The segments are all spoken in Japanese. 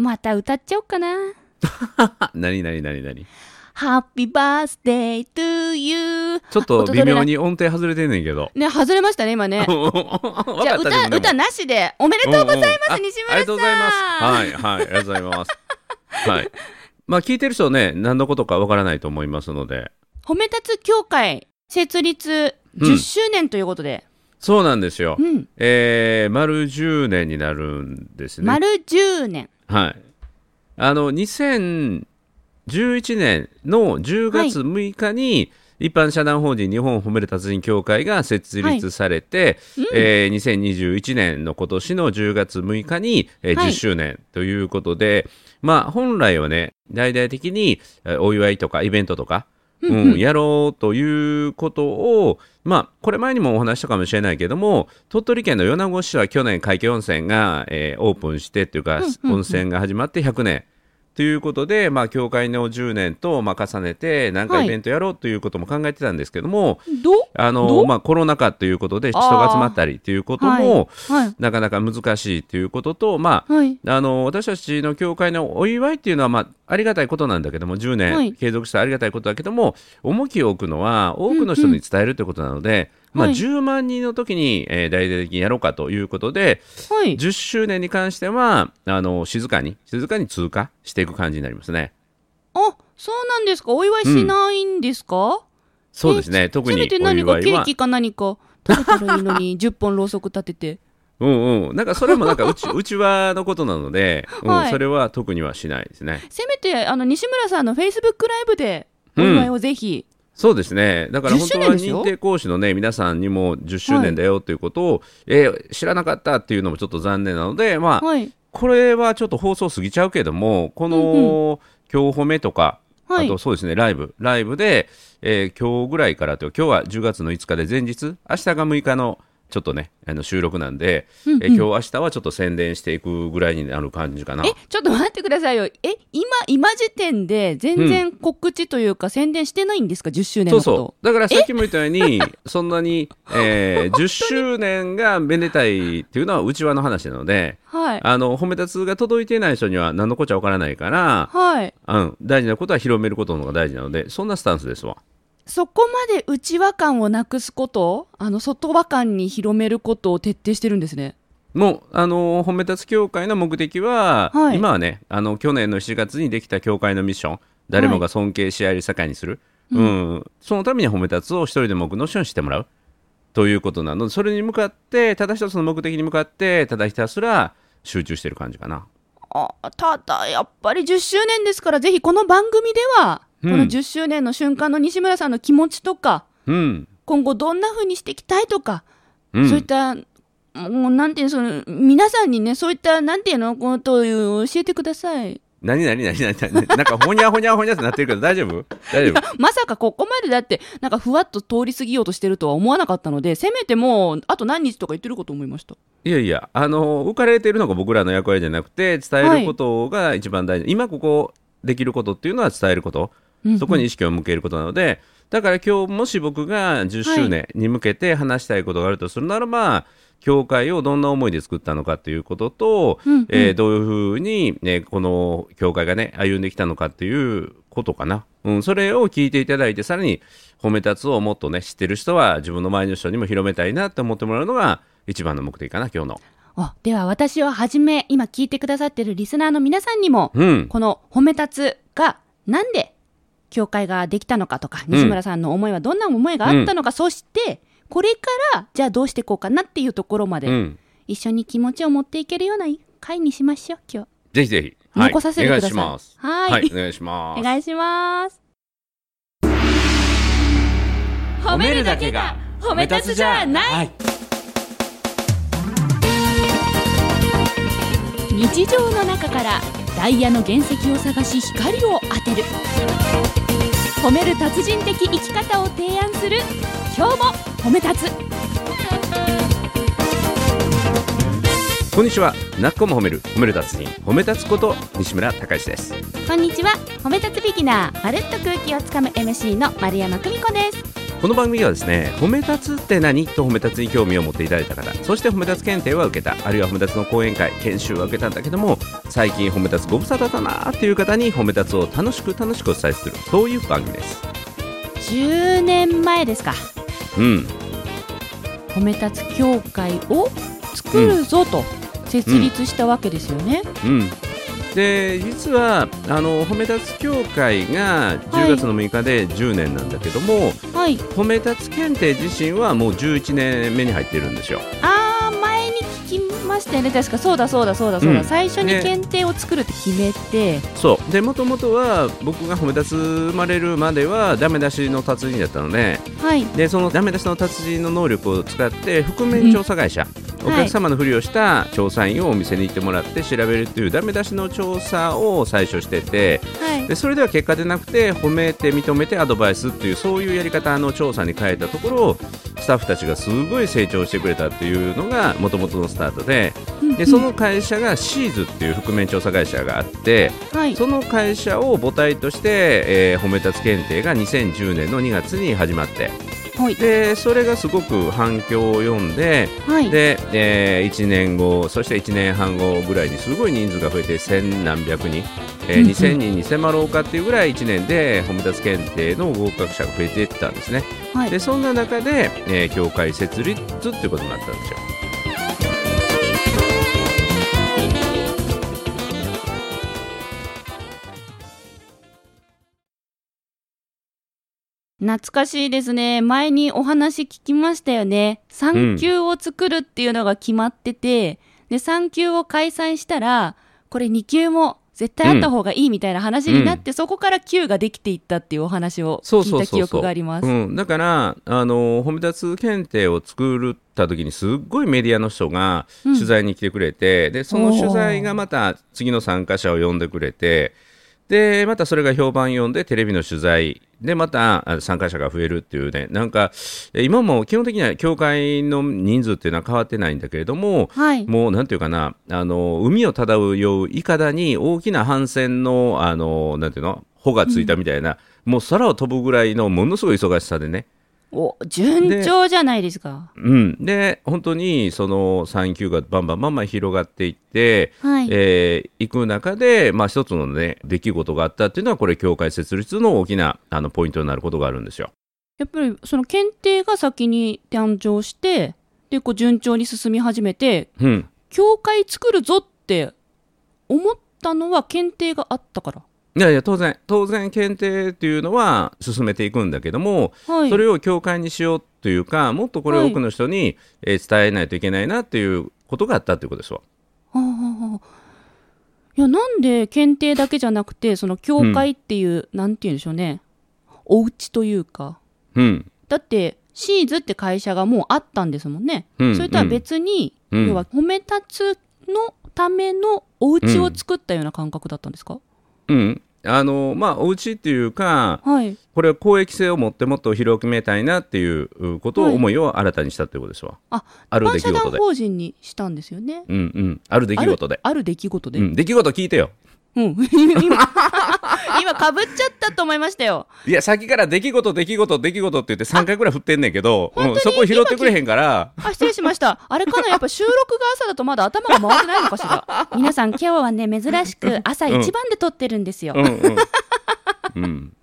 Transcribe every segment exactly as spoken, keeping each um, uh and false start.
また歌っちゃおうかな。 何何何何ハッピーバースデートゥーユー。 ちょっと微妙に音程外れてんねんけどね、外れましたね今ね。じゃあ歌、歌なしでおめでとうございます、うんうん、西村さん。 ありがとうございます。はいはい、ありがとうございます。はい。まあ聞いてる人ね、何のことかわからないと思いますので。 褒め立つ協会設立じゅっしゅうねんということで、うん、 そうなんですよ、 うん、 えー、丸じゅうねんになるんですね。 丸じゅうねん。 はい。あのにせんじゅういちねんのじゅうがつむいかに、はい、一般社団法人日本褒める達人協会が設立されて、はい、うん、えー、にせんにじゅういちねんの今年のじゅうがつむいかに、えー、じゅっしゅうねんということで、はい、まあ本来はね、大々的にお祝いとかイベントとか、うんうん、やろうということを、まあこれ前にもお話したかもしれないけども、鳥取県の米子市は去年海峡温泉が、えー、オープンしてというか、うんうんうん、温泉が始まってひゃくねんということで、まあ、協会のじゅうねんと、まあ、重ねて何かイベントやろうということも考えてたんですけども、 はい、どあのまあ、コロナ禍ということで人が集まったりということも、はいはい、なかなか難しいということと、まあはい、あの私たちの協会のお祝いっていうのは、まあ、ありがたいことなんだけども、じゅうねん継続したありがたいことだけども、重きを置くのは多くの人に伝えるということなので、うんうん、まあ、じゅうまんにんの時に、えー、大々的にやろうかということで、はい、じゅっしゅうねんに関してはあの静かに静かに通過していく感じになりますね。 あ、そうなんですか。お祝いしないんですか？うん、 そうですね。特にお祝いはせめて何かケーキか何か食べたらいいのにじゅっぽんろうそく立ててうんうん、なんかそれもなんかうち内輪のことなので、はい、うん、それは特にはしないですね。 せめてあの西村さんのフェイスブックライブでお祝いをぜひ、うん、 そうですね。だから本当は認定講師のね皆さんにもじゅっしゅうねんだよということを、はい、えー、知らなかったっていうのもちょっと残念なので、まあ、はい、これはちょっと放送過ぎちゃうけども、この、うんうん、今日褒めとか、はい、あとそうですねライブライブで、えー、今日ぐらいからと、今日はじゅうがつのいつかで前日、明日がむいかのちょっとねあの収録なんで、うんうん、え今日明日はちょっと宣伝していくぐらいになる感じかな。 えちょっと待ってくださいよ。え今今時点で全然告知というか、うん、宣伝してないんですか？じゅっしゅうねんのこと。 そうそう、だからさっきも言ったようにそんなに、えー、じゅっしゅうねんがめでたいっていうのは内輪の話なので、はい、あの褒め立つが届いていない人には何のこっちゃわからないから、はい、うん、大事なことは広めることの方が大事なので、そんなスタンスですわ。 そこまで内輪感をなくすこと、あの外輪感に広めることを徹底してるんですね。 もうあの褒め立つ協会の目的は、はい、今はねあの去年のしちがつにできた協会のミッション、誰もが尊敬し合える社会にする、はい、うんうん、そのために褒め立つを一人でも多くの人にしてもらうということなので、それに向かってただ一つの目的に向かってただひたすら集中してる感じかな。 あ、ただやっぱりじゅっしゅうねんですから、ぜひこの番組ではこのじゅっしゅうねんの瞬間の西村さんの気持ちとか、うん、今後どんな風にしていきたいとか、うん、そういったもうなんていうその皆さんにね、そういったなんていうのことを教えてください。 何何何何何なんかほにゃほにゃほにゃってなってるけど大丈夫大丈夫まさかここまでだってなんかふわっと通り過ぎようとしてるとは思わなかったので、せめてもうあと何日とか言ってるかと思いました。 いやいや、あの浮かれているのが僕らの役割じゃなくて、伝えることが一番大事、はい、今ここできることっていうのは伝えること、そこに意識を向けることなので、だから今日もし僕がじゅっしゅうねんに向けて話したいことがあるとするならば、はい、教会をどんな思いで作ったのかということと、うんうん、えー、どういうふうに、ね、この教会がね歩んできたのかっていうことかな、うん、それを聞いていただいて、さらに褒め立つをもっとね知ってる人は自分の周りの人にも広めたいなと思ってもらうのが一番の目的かな今日の。 あ、では私ははじめ今聞いてくださってるリスナーの皆さんにも、うん、この褒め立つがなんで教会ができたのかとか、西村さんの思いはどんな思いがあったのか、うん、そしてこれからじゃあどうしていこうかなっていうところまで、うん、一緒に気持ちを持っていけるような回にしましょう。今日ぜひぜひ、 残させてください。 はい、はいはい、お願いします。 お願いします。 褒めるだけが褒め立つじゃない、はい、 日常の中からダイヤの原石を探し光を当てる、褒める達人的生き方を提案する今日も褒め立つ。 こんにちは、なっこも褒める褒める達人、褒め立つこと西村孝之です。 こんにちは、褒め立つビギナー、まるっと空気をつかむ エムシー の丸山久美子です。 この番組はですね、褒め立つって何と褒め立つに興味を持っていただいた方、そして褒め立つ検定は受けた、あるいは褒め立つの講演会研修は受けたんだけども、最近褒め立つご無沙汰だなっていう方に褒め立つを楽しく楽しくお伝えする、そういう番組です。 じゅうねんまえですか。 うん褒め立つ協会を作るぞと設立したわけですよね。 うん、うん、で実はあの褒め立つ協会がじゅうがつのむいかでじゅうねんなんだけども、 はい、 褒め立つ検定自身はもうじゅういちねんめに入ってるんですよ。 あー、前に聞きましたよね。確かそうだそうだそうだそうだ、うん、最初に検定を作るって決めて、 ね、そうでもともとは僕が褒め立つ生まれるまではダメ出しの達人だったので、 はい、 でそのダメ出しの達人の能力を使って覆面調査会社、うん、お客様のふりをした調査員をお店に行ってもらって調べるっていうダメ出しの調査を最初してて、はい、でそれでは結果でなくて褒めて認めてアドバイスっていうそういうやり方の調査に変えたところ、スタッフたちがすごい成長してくれたっていうのが元々のスタートで、でその会社がシーズっていう覆面調査会社があって、はい、その会社を母体として、えー、褒め立つ検定がにせんじゅうねんのにがつに始まって、はい、でそれがすごく反響を呼んで、はい、で、えー、いちねんご、そしていちねんはんごぐらいにすごい人数が増えて千何百人、えー、にせんにんに迫ろうかっていうぐらいいちねんで褒め立つ検定の合格者が増えていったんですね。はい、でそんな中で、えー、協会設立っていうことになったんですよ。 懐かしいですね。前にお話聞きましたよね。産休を作るっていうのが決まってて、うん、で産休を開催したらこれに級も絶対あった方がいいみたいな話になって、うん、そこから級ができていったっていうお話を聞いた記憶があります。 だからあの褒め立つ検定を作った時にすっごいメディアの人が取材に来てくれて、うん、でその取材がまた次の参加者を呼んでくれて、でまたそれが評判読んでテレビの取材でまた参加者が増えるっていうね、なんか今も基本的には協会の人数っていうのは変わってないんだけれども、はい、もうなんていうかな、あの海を漂ういかだに大きな帆船のあのなんていうの帆がついたみたいな、うん、もう空を飛ぶぐらいのものすごい忙しさでね、 お順調じゃないですか。 で、うん、で本当にその産休がバンバンバンバン広がっていって、はいえー、いく中で、まあ、一つの、ね、出来事があったっていうのはこれ協会設立の大きなあのポイントになることがあるんですよ。 やっぱりその検定が先に誕生してでこう順調に進み始めて、うん、協会作るぞって思ったのは検定があったから。 いやいや当然当然検定っていうのは進めていくんだけども、はい、それを協会にしようというかもっとこれを多くの人に、はいえー、伝えないといけないなっていうことがあったということですわ。 はあはあ、いやなんで検定だけじゃなくてその協会っていう、うん、なんていうんでしょうね、お家というか、うん、だってシーズって会社がもうあったんですもんね、うん、それとは別に、うん、要は褒め立つのためのお家を作ったような感覚だったんですか？ うん、あのまあお家っていうか、はい、これは公益性を持ってもっと広めたいなっていうことを、はい、思いを新たにしたということですわ。 あ、ある出来事で一般社団法人にしたんですよね。 うんうん、ある出来事である、ある出来事で、 うん、出来事聞いてよ。うん、 今, 今かぶっちゃったと思いましたよ。 いやさっきから出来事出来事出来事って言ってさんかいぐらい振ってんねんけど、うん、そこ拾ってくれへんから。 あ、失礼しました。あれかな、やっぱ収録が朝だとまだ頭が回ってないのかしら。皆さん今日はね珍しく朝一番で撮ってるんですよ。うんうんうんうん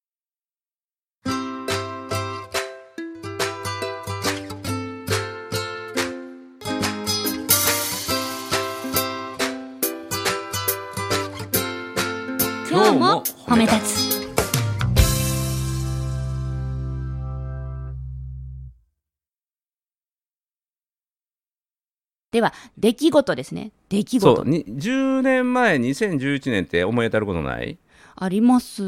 今日も褒め立つ。では出来事ですね。出来事。 そうにじゅうねんまえにせんじゅういちねんって思い当たることない？ あります、うん、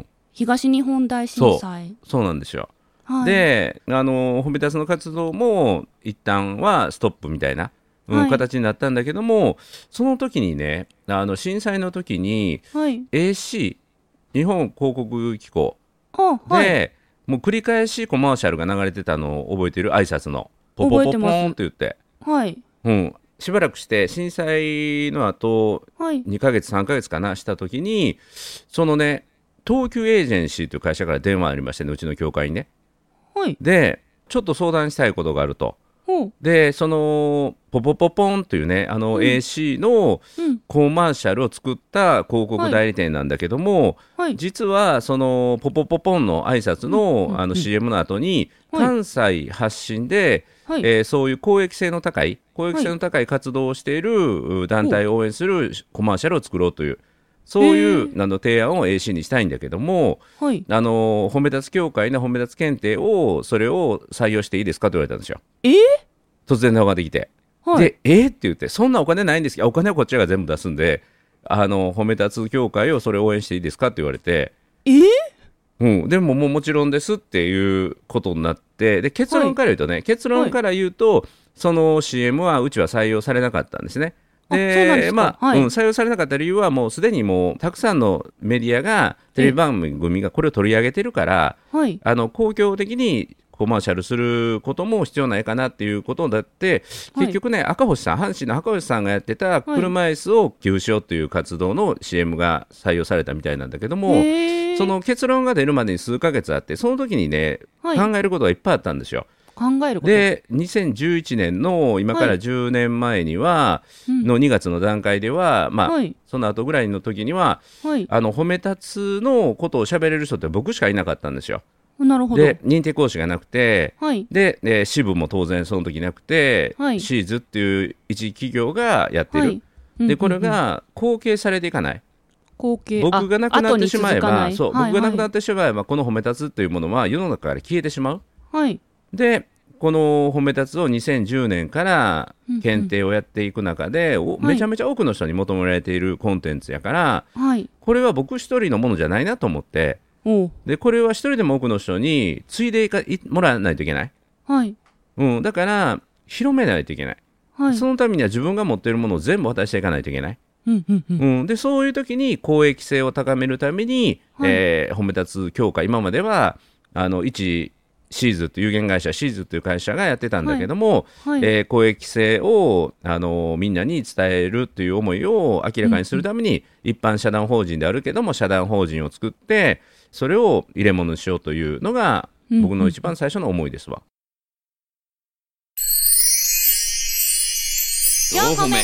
東日本大震災。 そう、そうなんですよ、はい、であの褒め立つの活動も一旦はストップみたいなうんはい、形になったんだけども、その時にねあの震災の時に、はい、エーシー 日本広告機構で、はい、もう繰り返しコマーシャルが流れてたのを覚えている？挨拶のポポポポーンって言って、はいうん、しばらくして震災の後、はい、にかげつさんかげつかなした時にそのね東急エージェンシーという会社から電話ありましてね、うちの協会にね。 はい、 でちょっと相談したいことがあると。でそのポポポポンというねあの エーシー のコマーシャルを作った広告代理店なんだけども、はい、実はそのポポポポンの挨拶 の, あの シーエム の後に関西発信で、はいえー、そういう公益性の高い公益性の高い活動をしている団体を応援するコマーシャルを作ろうというそういうあの提案を エーシー にしたいんだけども、はい、あの褒め立つ協会の褒め立つ検定をそれを採用していいですかと言われたんですよ。 えー突然電話ができて、はい、でえー、って言ってそんなお金ないんですけどお金はこっちらが全部出すんであの褒め立つ協会をそれを応援していいですかって言われてえーうん、でももうもちろんですっていうことになってで結論から言うとね、はい、結論から言うと、はい、その シーエム はうちは採用されなかったんですね。でまあ、はいうん、採用されなかった理由はもうすでにもうたくさんのメディアがテレビ番組がこれを取り上げてるから、はい、あの公共的にコマーシャルすることも必要ないかなっていうことだって結局ね、はい、赤星さん阪神の赤星さんがやってた車椅子を寄付しようという活動の シーエム が採用されたみたいなんだけども、その結論が出るまでに数ヶ月あってその時にね、はい、考えることがいっぱいあったんですよ。 考えることでにせんじゅういちねんの今からじゅうねんまえには、はい、のにがつの段階では、まあはい、その後ぐらいの時には、はい、あの褒め立つのことを喋れる人って僕しかいなかったんですよ。 なるほど。 で認定講師がなくて、はい、で、えー、支部も当然その時なくて、はい、シーズっていう一企業がやってる、はい、でこれが後継されていかない、 後継僕がなくなってしまえばそう、はいはい、僕がなくなってしまえばこの褒め立つというものは世の中から消えてしまう、 はい、 でこの褒め立つをにせんじゅうねんから検定をやっていく中で、うんうん、めちゃめちゃ多くの人に求められているコンテンツやから、はい、これは僕一人のものじゃないなと思ってでこれは一人でも多くの人に継いでいかいもらわないといけない、はいうん、だから広めないといけない、はい、そのためには自分が持っているものを全部渡していかないといけない、うんうんうんうん、でそういう時に公益性を高めるために、はいえー、褒め立つ協会今まではあの一シーズという有限会社シーズという会社がやってたんだけども、はいはいえー、公益性をあのみんなに伝えるという思いを明らかにするために、うんうん、一般社団法人であるけども社団法人を作ってそれを入れ物にしようというのが僕の一番最初の思いですわ。 よんほめ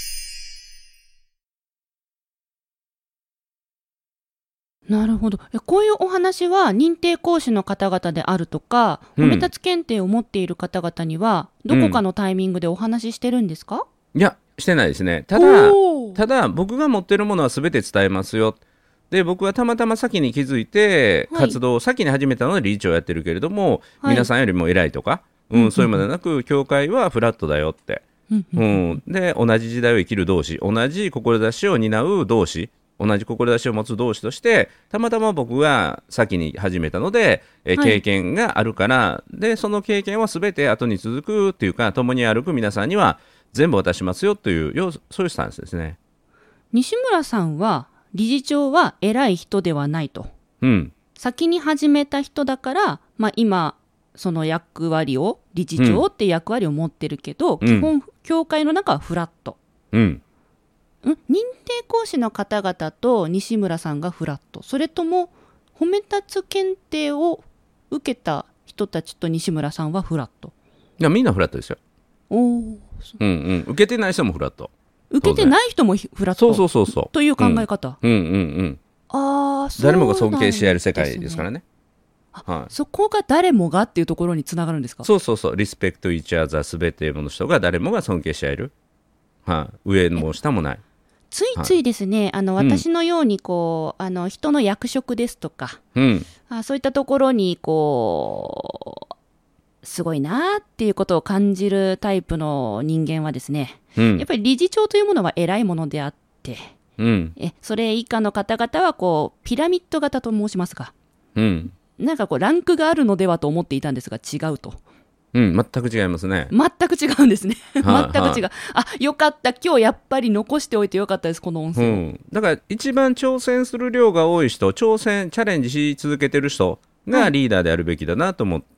なるほど。こういうお話は認定講師の方々であるとか、うん、褒め立つ検定を持っている方々にはどこかのタイミングでお話ししてるんですか？ うん、いやしてないですね。ただただ僕が持っているものは全て伝えますよ。で僕はたまたま先に気づいて活動を先に始めたので理事長をやってるけれども、はい、皆さんよりも偉いとか、うん、そういうのではなく協会はフラットだよって、うんうん、で同じ時代を生きる同志同じ志を担う同志同じ志を持つ同志としてたまたま僕が先に始めたので、えーはい、経験があるからでその経験は全て後に続くっていうか共に歩く皆さんには全部渡しますよというそういうスタンスですね。 西村さんは理事長は偉い人ではないと、うん、先に始めた人だから、まあ、今その役割を理事長って役割を持ってるけど、うん、基本協会の中はフラット、うん、認定講師の方々と西村さんがフラットそれとも褒め立つ検定を受けた人たちと西村さんはフラット？ いやみんなフラットですよ。お、うんうん、受けてない人もフラット受けてない人もフラットそうそうそうそうという考え方、 うん、うんうんうんあそう誰もが尊敬し合える世界ですからね。 はい、そこが誰もがっていうところにつながるんですか？ そうそうそうリスペクトイーチアザーすべての人が誰もが尊敬し合える、はい、上も下もないついついですね、はい、あの私のようにこう、うん、あの人の役職ですとか、うん、あそういったところにこうすごいなっていうことを感じるタイプの人間はですね、うん、やっぱり理事長というものは偉いものであって、うん、えそれ以下の方々はこうピラミッド型と申しますが、うん、なんかこうランクがあるのではと思っていたんですが違うと。 うん、全く違いますね。 全く違うんですね。全く違う。あ、よかった。今日やっぱり残しておいてよかったですこの音声、うん、 だから一番挑戦する量が多い人挑戦チャレンジし続けてる人がリーダーであるべきだなと思って、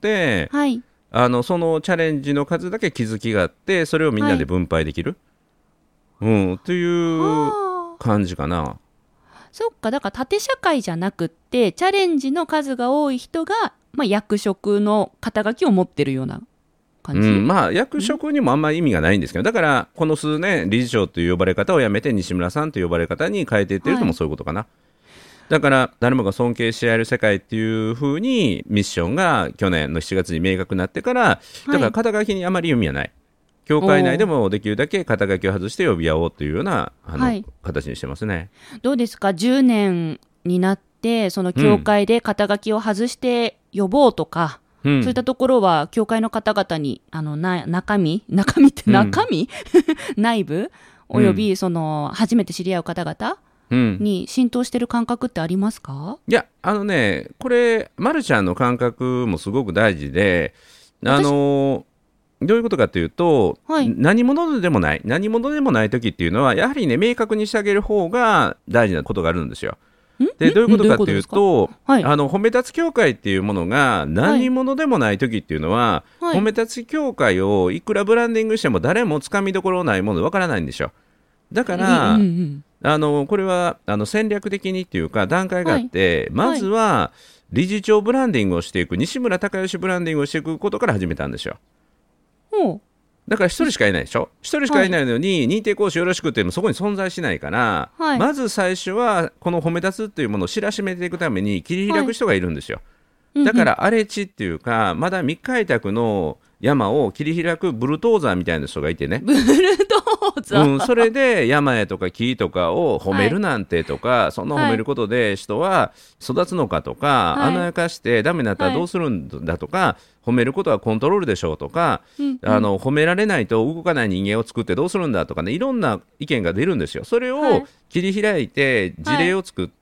はい、あのそのチャレンジの数だけ気づきがあってそれをみんなで分配できる、はいうん、という感じかな。 そっかだから縦社会じゃなくってチャレンジの数が多い人がまあ、役職の肩書きを持ってるような感じ、 うんまあ、役職にもあんまり意味がないんですけど、だからこの数年理事長という呼ばれ方をやめて西村さんという呼ばれ方に変えていってるのもそういうことかな、はい、だから誰もが尊敬し合える世界っていう風にミッションが去年のしちがつに明確になってから、だから肩書きにあまり意味はない、教会内でもできるだけ肩書きを外して呼び合おうというようなあの、はい、形にしてますね。 どうですか、じゅうねんになってその教会で肩書きを外して呼ぼうとか、うん、そういったところは教会の方々にあのな中身中身って中身、うん、内部およびその初めて知り合う方々に浸透してる感覚ってありますか？ いやあのね、これまるちゃんの感覚もすごく大事で、あのどういうことかというと、はい、何者でもない何者でもない時っていうのはやはりね明確にしてあげる方が大事なことがあるんですよ。でどういうことかというと、はい、あの褒め立つ教会っていうものが何者でもない時っていうのは、はい、褒め立つ教会をいくらブランディングしても誰もつかみどころないものでわからないんでしょ。だから、うんうんうん、あのこれはあの戦略的にっていうか段階があって、はい、まずは理事長ブランディングをしていく、西村孝義ブランディングをしていくことから始めたんですよ。 ほう、 だから一人しかいないでしょ。一人しかいないのに、はい、認定講師よろしくっていうのもそこに存在しないから、はい、まず最初はこの褒め立つっていうものを知らしめていくために切り開く人がいるんですよ、はい、だから荒れ地っていうかまだ未開拓の山を切り開くブルドーザーみたいな人がいてね、 ブルドーザー、 うん、それで山へとか木とかを褒めるなんてとか、はい、その褒めることで人は育つのかとか、はい、甘やかしてダメになったらどうするんだとか、はい、褒めることはコントロールでしょうとか、うんうん、あの褒められないと動かない人間を作ってどうするんだとかね、いろんな意見が出るんですよ。それを切り開いて事例を作って、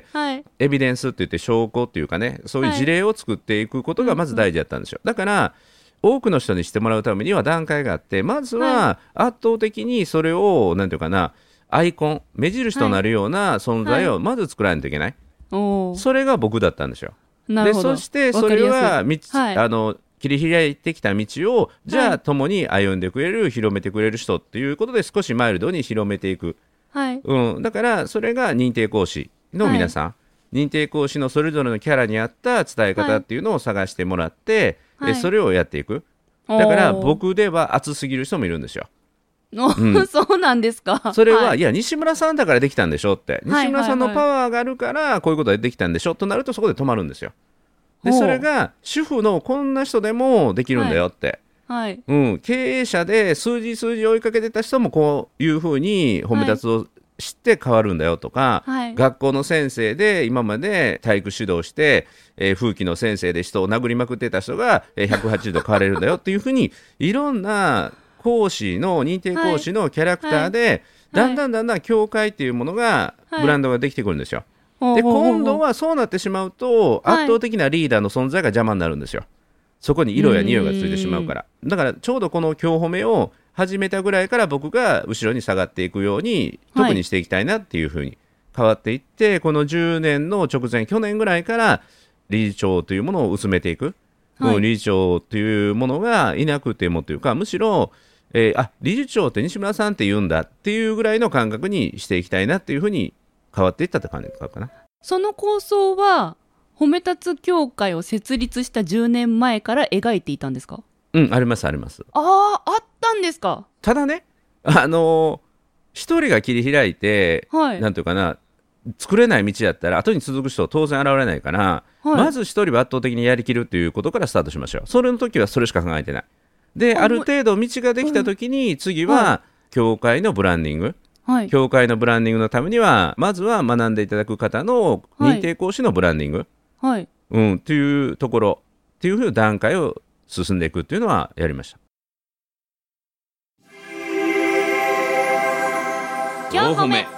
はい、エビデンスって言って証拠っていうかね、そういう事例を作っていくことがまず大事だったんですよ。だから多くの人にしてもらうためには段階があって、まずは圧倒的にそれをなんていうかな、アイコン目印となるような存在をまず作らないといけない、はい、それが僕だったんですよ。でそしてそれは道、はい、あの切り開いてきた道をじゃあ共に歩んでくれる、広めてくれる人っていうことで少しマイルドに広めていく、はい、うん、だからそれが認定講師の皆さん、はい、認定講師のそれぞれのキャラに合った伝え方っていうのを探してもらって、はい、でそれをやっていく。だから僕では熱すぎる人もいるんですよ。 うん、そうなんですか。 それは、はい、いや西村さんだからできたんでしょって、西村さんのパワーがあるからこういうことができたんでしょとなるとそこで止まるんですよ。でそれが主婦のこんな人でもできるんだよって、はいはい、うん、経営者で数字数字追いかけてた人もこういうふうに褒め立つを知って変わるんだよとか、はい、学校の先生で今まで体育指導して、えー、風紀の先生で人を殴りまくってた人がひゃくはちじゅうど変われるんだよっていうふうにいろんな講師の認定講師のキャラクターで、はいはい、だんだんだんだん教会っていうものが、はい、ブランドができてくるんですよ。で今度はそうなってしまうと圧倒的なリーダーの存在が邪魔になるんですよ。そこに色や匂いがついてしまうから。だからちょうどこの今日褒めを始めたぐらいから僕が後ろに下がっていくように特にしていきたいなっていうふうに変わっていって、はい、このじゅうねんの直前去年ぐらいから理事長というものを薄めていく、はい、理事長というものがいなくてもというか、むしろ、えー、あ理事長って西村さんって言うんだっていうぐらいの感覚にしていきたいなっていうふうに変わっていったって感じかな。 その構想は褒め立つ協会を設立したじゅうねんまえから描いていたんですか？ うん、ありますあります。 ああ、あったんですか。 ただね、あのー、一人が切り開いて、はい、なんていうかな、作れない道だったら後に続く人は当然現れないから、はい、まず一人は圧倒的にやりきるっていうことからスタートしましょう。それの時はそれしか考えてない。で、ある程度道ができた時に、うん、次は教会のブランディング、はい、教会のブランディングのためにはまずは学んでいただく方の認定講師のブランディング、はい、うん、っていうところっていうふうな段階を進んでいくっていうのはやりました。 よんほめ。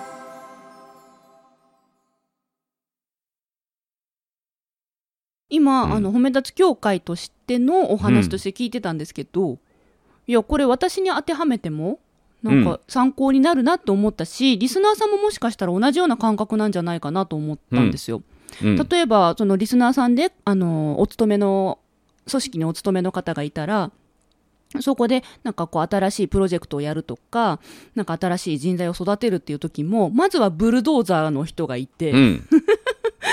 今、うん、あの褒め立つ協会としてのお話として聞いてたんですけど、うん、いやこれ私に当てはめてもなんか参考になるなと思ったし、うん、リスナーさんももしかしたら同じような感覚なんじゃないかなと思ったんですよ、うん、例えばそのリスナーさんであのお勤めの組織にお勤めの方がいたら、そこでなんかこう新しいプロジェクトをやるとか、なんか新しい人材を育てるっていう時もまずはブルドーザーの人がいて、うん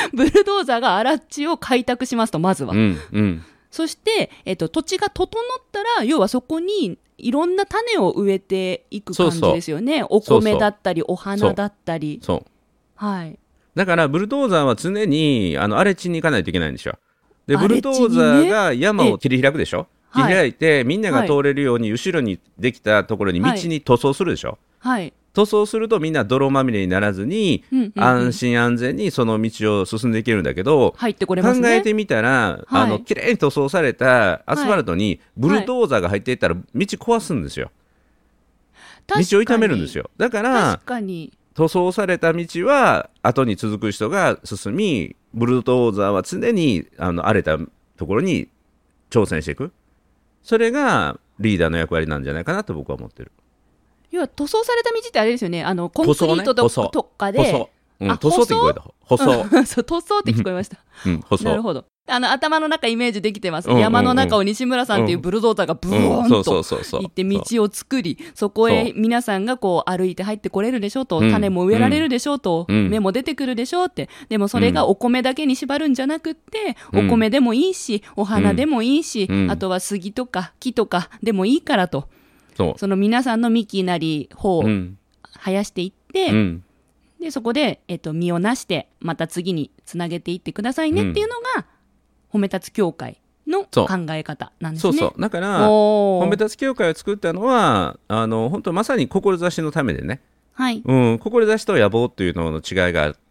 ブルドーザーが荒地を開拓しますと、まずは、 うんうん、 そして、えっと、土地が整ったら要はそこにいろんな種を植えていく感じですよね。そうそう、お米だったりお花だったり。 そうそう、 はい、 だからブルドーザーは常にあの荒れ地に行かないといけないんですよ。でブルドーザーが山を切り開くでしょ、切り開いて、はい、みんなが通れるように後ろにできたところに道に塗装するでしょ、はい、塗装するとみんな泥まみれにならずに、うんうんうん、安心安全にその道を進んでいけるんだけど、 入ってこれますね、 考えてみたら、はい、あのきれいに塗装されたアスファルトにブルドーザーが入っていったら道壊すんですよ、はい、道を傷めるんですよ。だから確かに塗装された道は後に続く人が進み、ブルドーザーは常にあの荒れたところに挑戦していく、それがリーダーの役割なんじゃないかなと僕は思ってる。 要は塗装された道ってあれですよね、あのコンクリート と,、ね、とかで塗装、うん、塗装って聞こえた、舗装、 うん、そう塗装って聞こえました、 うん、舗装、 なるほど、あの頭の中イメージできてます、うんうんうん、山の中を西村さんっていうブルドーザーがブーンと行って道を作り、そこへ皆さんがこう歩いて入ってこれるでしょうと、種も植えられるでしょうと、うん、芽も出てくるでしょうって。でもそれがお米だけに縛るんじゃなくって、うん、お米でもいいしお花でもいいし、うん、あとは杉とか木とかでもいいからと、そ, その皆さんの幹なり穂を生やしていって、うん、でそこで、えっと、実をなしてまた次につなげていってくださいねっていうのが、うん、褒め立つ協会の考え方なんですね。 そうそう、だから褒め立つ協会を作ったのはあの本当まさに志のためでね、はい、うん、志と野望っていうのの違いがあって、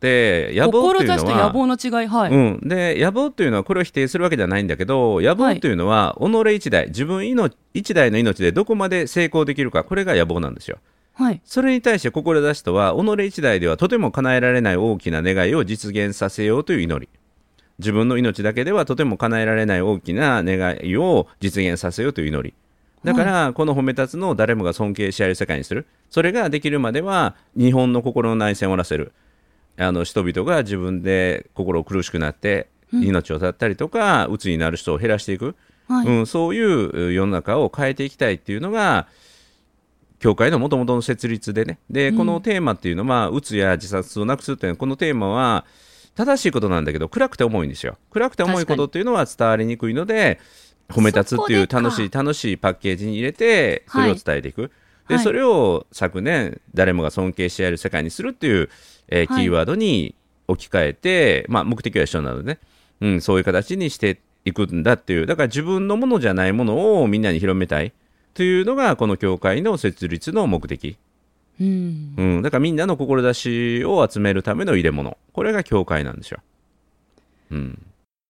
野望っていうのは志と野望の違い、はい、 うん、で野望っていうのはこれを否定するわけじゃないんだけど、野望っていうのは、はい、己一代、自分の一代の命でどこまで成功できるか、これが野望なんですよ、はい、それに対して志とは己一代ではとても叶えられない大きな願いを実現させようという祈り、自分の命だけではとても叶えられない大きな願いを実現させようという祈りだから、はい、この褒め立つのを誰もが尊敬し合える世界にする、それができるまでは日本の心の内戦を終わらせる、あの人々が自分で心苦しくなって命を絶ったりとか、うん、鬱になる人を減らしていく、はい、うん、そういう世の中を変えていきたいっていうのが教会のもともとの設立でね、で、うん、このテーマっていうのは鬱や自殺をなくすっていうのは、このテーマは正しいことなんだけど暗くて重いんですよ。暗くて重いことっていうのは伝わりにくいので、褒め立つっていう楽しい楽しいパッケージに入れてそれを伝えていく、はい、でそれを昨年誰もが尊敬し合える世界にするっていう、えー、キーワードに置き換えて、まあ、目的は一緒なのでね、うん、そういう形にしていくんだっていう、だから自分のものじゃないものをみんなに広めたいというのがこの教会の設立の目的、うんうん、だからみんなの志を集めるための入れ物、これが教会なんですよ、うん、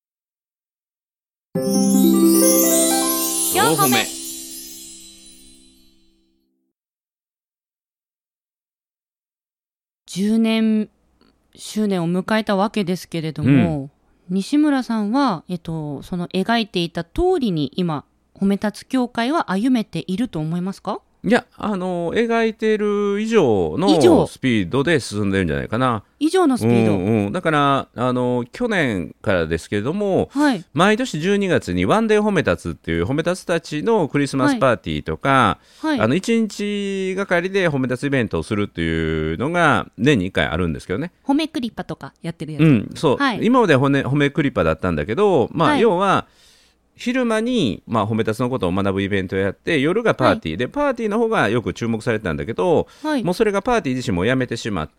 よんほめ。 じゅうねん周年を迎えたわけですけれども、うん、西村さんは、えっと、その描いていた通りに今褒め立つ協会は歩めていると思いますか？ いや、あの描いている以上のスピードで進んでるんじゃないかな。 以上のスピード、 うんうん、だからあの去年からですけれども、はい、毎年じゅうにがつにワンデー褒め立つっていう褒め立つたちのクリスマスパーティーとか、はいはい、あのいちにちがかりで褒め立つイベントをするっていうのが年にいっかいあるんですけどね。 褒めクリパとかやってるやつ、 うん、そう、はい、今まで褒め、褒めクリパだったんだけど、まあ、はい、要は昼間に、まあ、褒め立つのことを学ぶイベントをやって、夜がパーティー、はい、でパーティーの方がよく注目されてたんだけど、はい、もうそれがパーティー自身もやめてしまって、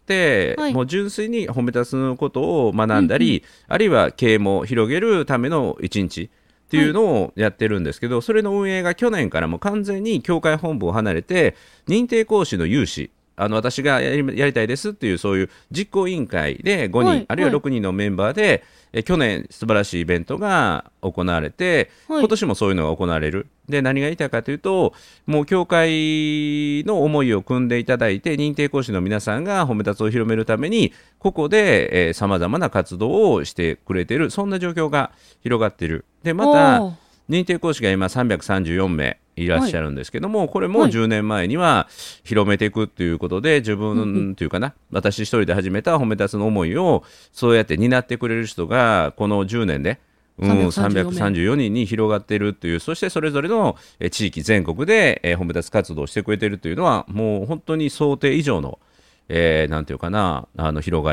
はい、もう純粋に褒め立つのことを学んだり、うんうん、あるいは啓蒙を広げるための一日っていうのをやってるんですけど、はい、それの運営が去年からも完全に教会本部を離れて認定講師の有志、あの私がや り, やりたいですっていうそういう実行委員会でごにん、はい、あるいはろくにんのメンバーで、え去年素晴らしいイベントが行われて、はい、今年もそういうのが行われる。で何が言いたいかというと、もう教会の思いを汲んでいただいて認定講師の皆さんが褒め立つを広めるためにここでさまざまな活動をしてくれている、そんな状況が広がっている。でまた認定講師が今さんびゃくさんじゅうよんめいいらっしゃるんですけども、はい、これもじゅうねんまえには広めていくっていうことで、自分というかな、うんうん、私一人で始めた褒め立つの思いをそうやって担ってくれる人がこのじゅうねんで、うん、さんびゃくさんじゅうよにんに広がっているっていう、そしてそれぞれの地域全国で褒め立つ活動をしてくれているというのはもう本当に想定以上の、えー、なんていうかな、あの広がり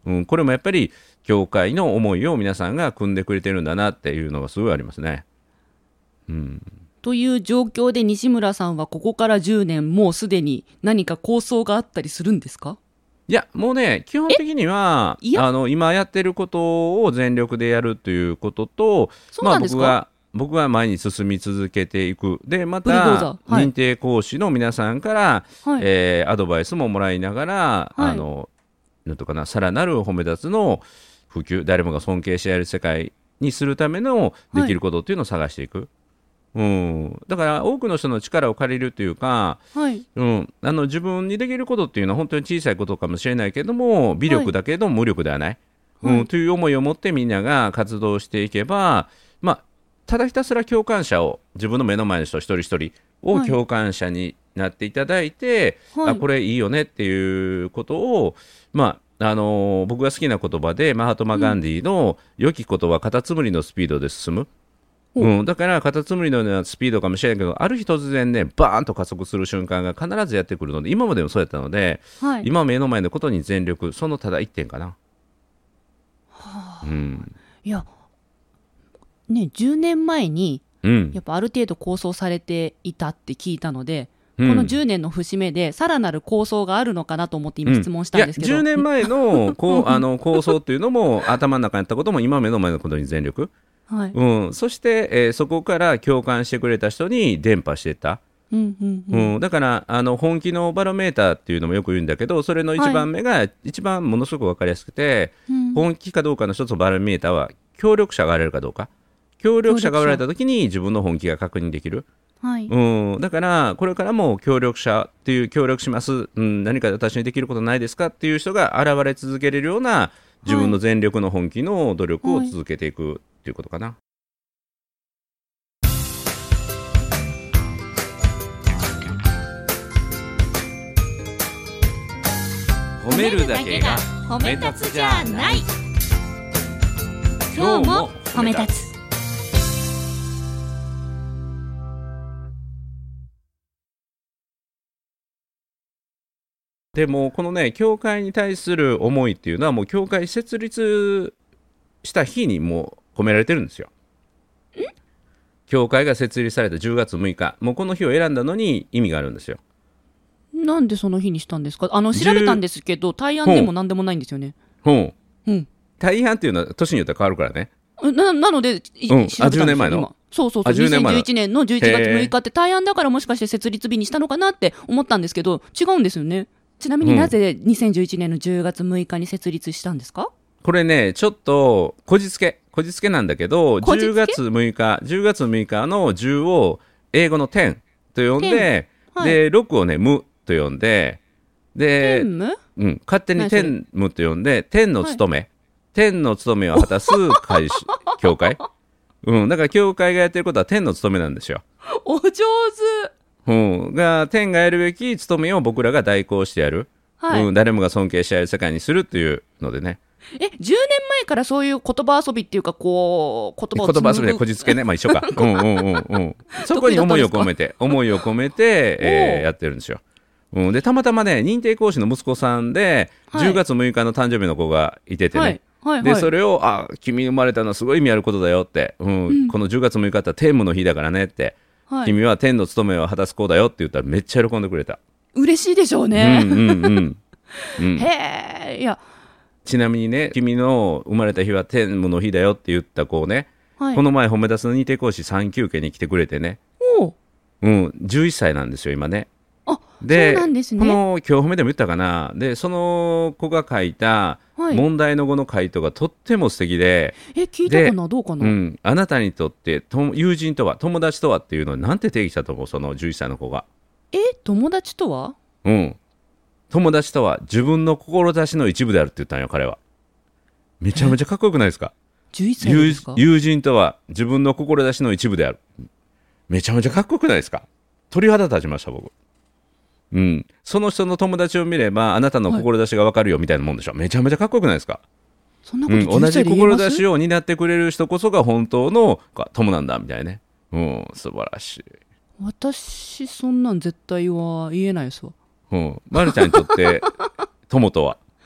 うん、これもやっぱり教会の思いを皆さんが汲んでくれてるんだなっていうのがすごいありますね。うん、 という状況で西村さんはここからじゅうねんもうすでに何か構想があったりするんですか？ いやもうね基本的にはあの今やってることを全力でやるということと、 そうなんですか？ まあ、僕が僕が前に進み続けていく。でまた、はい、認定講師の皆さんから、はい、えー、アドバイスももらいながら、はい、あのなんとかなさらなる褒め立つの普及、誰もが尊敬し合える世界にするためのできることっていうのを探していく、はい、うん、だから多くの人の力を借りるというか、はい、うん、あの自分にできることっていうのは本当に小さいことかもしれないけども微力だけど無力ではない、はい、うん、という思いを持ってみんなが活動していけば、まあただひたすら共感者を自分の目の前の人一人一人を共感者になっていただいて、はい、あこれいいよねっていうことを、まああのー、僕が好きな言葉でマハトマ・ガンディの、うん、良きことはカタツムリのスピードで進む、うん、だからカタツムリのようなスピードかもしれないけどある日突然ねバーンと加速する瞬間が必ずやってくるので今までもそうやったので、はい、今目の前のことに全力そのただ一点かな、 はあ、うん、いやね、じゅうねんまえに、うん、やっぱある程度構想されていたって聞いたので、うん、このじゅうねんの節目でさらなる構想があるのかなと思って今質問したんですけど、 うん、いやじゅうねんまえ の, こうあの構想っていうのも頭の中にあったことも今目の前のことに全力、はい、うん、そして、えー、そこから共感してくれた人に伝播していった、うんうんうんうん、だからあの本気のバロメーターっていうのもよく言うんだけどそれのいちばんめが一番ものすごく分かりやすくて、はい、本気かどうかの一つのバロメーターは協力者が現れるかどうか、協力者が現れたときに自分の本気が確認できる、はい、うん、だからこれからも協力者っていう協力します、うん、何か私にできることないですかっていう人が現れ続けれるような自分の全力の本気の努力を続けていくっていうことかな、はいはい、褒めるだけが褒め立つじゃない。今日も褒め立つ。 でもこのね教会に対する思いっていうのはもう教会設立した日にもう込められてるんですよ。教会が設立されたじゅうがつむいか、もうこの日を選んだのに意味があるんですよ。 なんでその日にしたんですか？あの調べたんですけど対案でも何でもないんですよね。 うん、うん、対案っていうのは年によって変わるからね。 な, なので、うん、 あじゅうねんまえのそうそうそうにせんじゅういちねんのじゅういちがつむいかって対案だからもしかして設立日にしたのかなって思ったんですけど違うんですよね。ちなみになぜにせんじゅういちねんのじゅうがつむいかに設立したんですか？ これねちょっとこじつけこじつけなんだけどじゅうがつむいかじゅうがつむいかのじゅうを英語のじゅうと呼んで、はい、でろくをねむと呼んでで、うん、勝手に天務と呼んで天の務め、はい、天の務めを果たす会教会、うん、だから教会がやってることは天の務めなんですよ。 お上手、 うん、が天がやるべき務めを僕らが代行してやる、はい、うん、誰もが尊敬し合える世界にするっていうのでね。 えじゅうねんまえからそういう言葉遊びっていうかこう言葉を言葉遊びでこじつけね、まあ一緒かうんうんうん、うん、そこに思いを込めて思いを込めて、えー、やってるんですよ。うん、でたまたまね認定講師の息子さんで、はい、じゅうがつむいかの誕生日の子がいててね、はいはいはい、でそれをあ君生まれたのはすごい意味あることだよって、うんうん、このじゅうがつむいかって天務の日だからねって、はい、君は天の務めを果たす子だよって言ったらめっちゃ喜んでくれた。 嬉しいでしょうね、 うんうんうんうん、 へえ。いやちなみにね君の生まれた日は天務の日だよって言った子をね、はい、この前褒め出すの認定講師さん級家に来てくれてね、お、うん、じゅういっさいなんですよ今ね。 あ、で、そうなんですね。 この今日褒めでも言ったかな、でその子が書いた問題の語の回答がとっても素敵で、 はい、え聞いたかなどうかな、 うん、あなたにとってと友人とは友達とはっていうのをなんて定義したと思う？そのじゅういっさいの子が。 え友達とは、 うん、友達とは自分の志の一部であるって言ったんよ彼は。めちゃめちゃかっこよくないですか？ じゅういっさいですか？ 友人とは自分の志の一部である。めちゃめちゃかっこよくないですか？鳥肌立ちました僕。うん、その人の友達を見ればあなたの志が分かるよみたいなもんでしょ、はい、めちゃめちゃかっこよくないですか？ そんなことじゅういっさいで言えます？ うん、同じ志を担ってくれる人こそが本当の友なんだみたいなね、うん、素晴らしい。 私そんなん絶対は言えないですわ、 うん、まるちゃんにとって友とは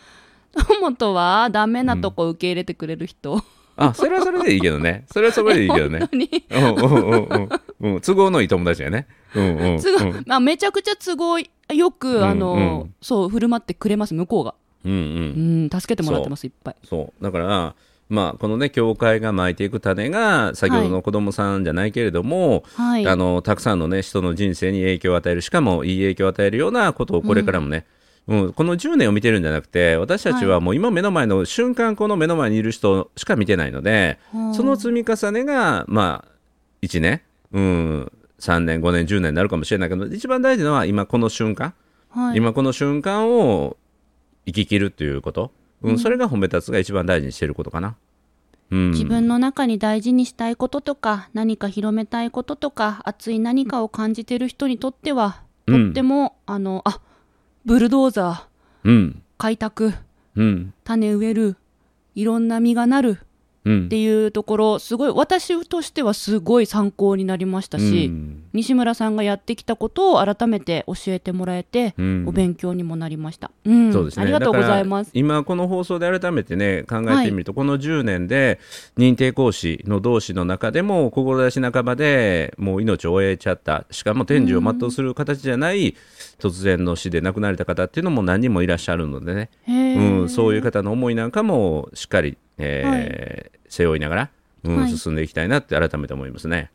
トモトはダメなとこ受け入れてくれる人、うん、 あ、それはそれでいいけどね。それはそれでいいけどね。うんうんうんうんうん、都合のいい友達やね。うんうんうん、 都合、まあ、めちゃくちゃ都合よく、あの、うんうん、そう振る舞ってくれます向こうが。うんうんうん、助けてもらってますいっぱい。 そうだからまあ、このね教会がまいていく種が先ほどの子供さんじゃないけれども、はい、あのたくさんの、ね、人の人生に影響を与える、しかもいい影響を与えるようなことをこれからもね、うんうん、このじゅうねんを見てるんじゃなくて、私たちはもう今目の前の瞬間、この目の前にいる人しか見てないので、はい、その積み重ねが、まあ、いちねん、うん、さんねんごねんじゅうねんになるかもしれないけど、一番大事なのは今この瞬間、はい、今この瞬間を生き切るということ、うんうん、それが褒め立つが一番大事にしていることかな。うん、 自分の中に大事にしたいこととか、何か広めたいこととか、熱い何かを感じている人にとっては、うん、とってもあのあブルドーザー、うん、開拓、うん、種植える、いろんな実がなるっていうところ、すごい私としてはすごい参考になりましたし、うん、西村さんがやってきたことを改めて教えてもらえて、うん、お勉強にもなりました、うん、そうですね、ありがとうございます。 今この放送で改めてね考えてみると、はい、このじゅうねんで認定講師の同士の中でも志半ばでもう命を終えちゃった、しかも天寿を全うする形じゃない、うん、突然の死で亡くなられた方っていうのも何人もいらっしゃるのでね、うん、そういう方の思いなんかもしっかり、えーはい、背負いながら、うんはい、進んでいきたいなって改めて思いますね。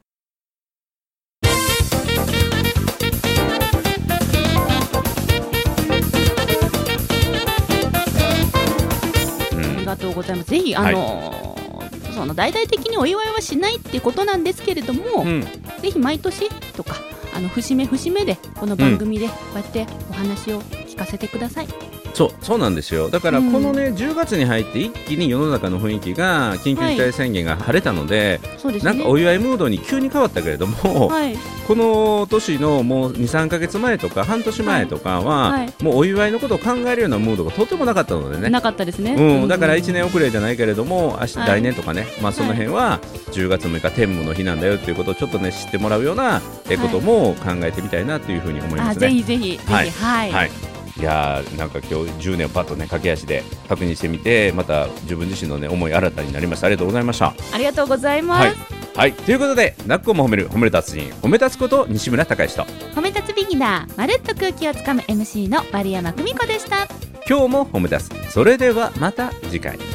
ありがとうございます。ぜひあのーはい、その大々的にお祝いはしないってことなんですけれども、うん、ぜひ毎年とかあの節目節目でこの番組でこうやってお話を聞かせてください、うん、 そう、そうなんですよ。だからこのね、うん、じゅうがつに入って一気に世の中の雰囲気が緊急事態宣言が晴れたので、はい、なんかお祝いムードに急に変わったけれども、はい、この年のもう にさんかげつまえとか半年前とかは、はいはい、もうお祝いのことを考えるようなムードがとてもなかったのでね、 なかったですね、 うん、だからいちねん遅れじゃないけれども明日、はい、来年とかね、まあ、その辺はじゅうがつむいか天武の日なんだよっていうことをちょっとね知ってもらうようなことも考えてみたいなというふうに思いますね。 あ、ぜひぜひ、 はい、 ぜひ、はい、 はい、いやーなんか今日じゅうねんをパッとね駆け足で確認してみて、また自分自身のね思い新たになりました。ありがとうございました。 ありがとうございます、 はいはい、ということで泣く子も褒める褒める達人、褒め立つこと西村孝之と褒め立つビギナーまるっと空気をつかむ エムシー の丸山久美子でした。 今日も褒め立つ。それではまた次回。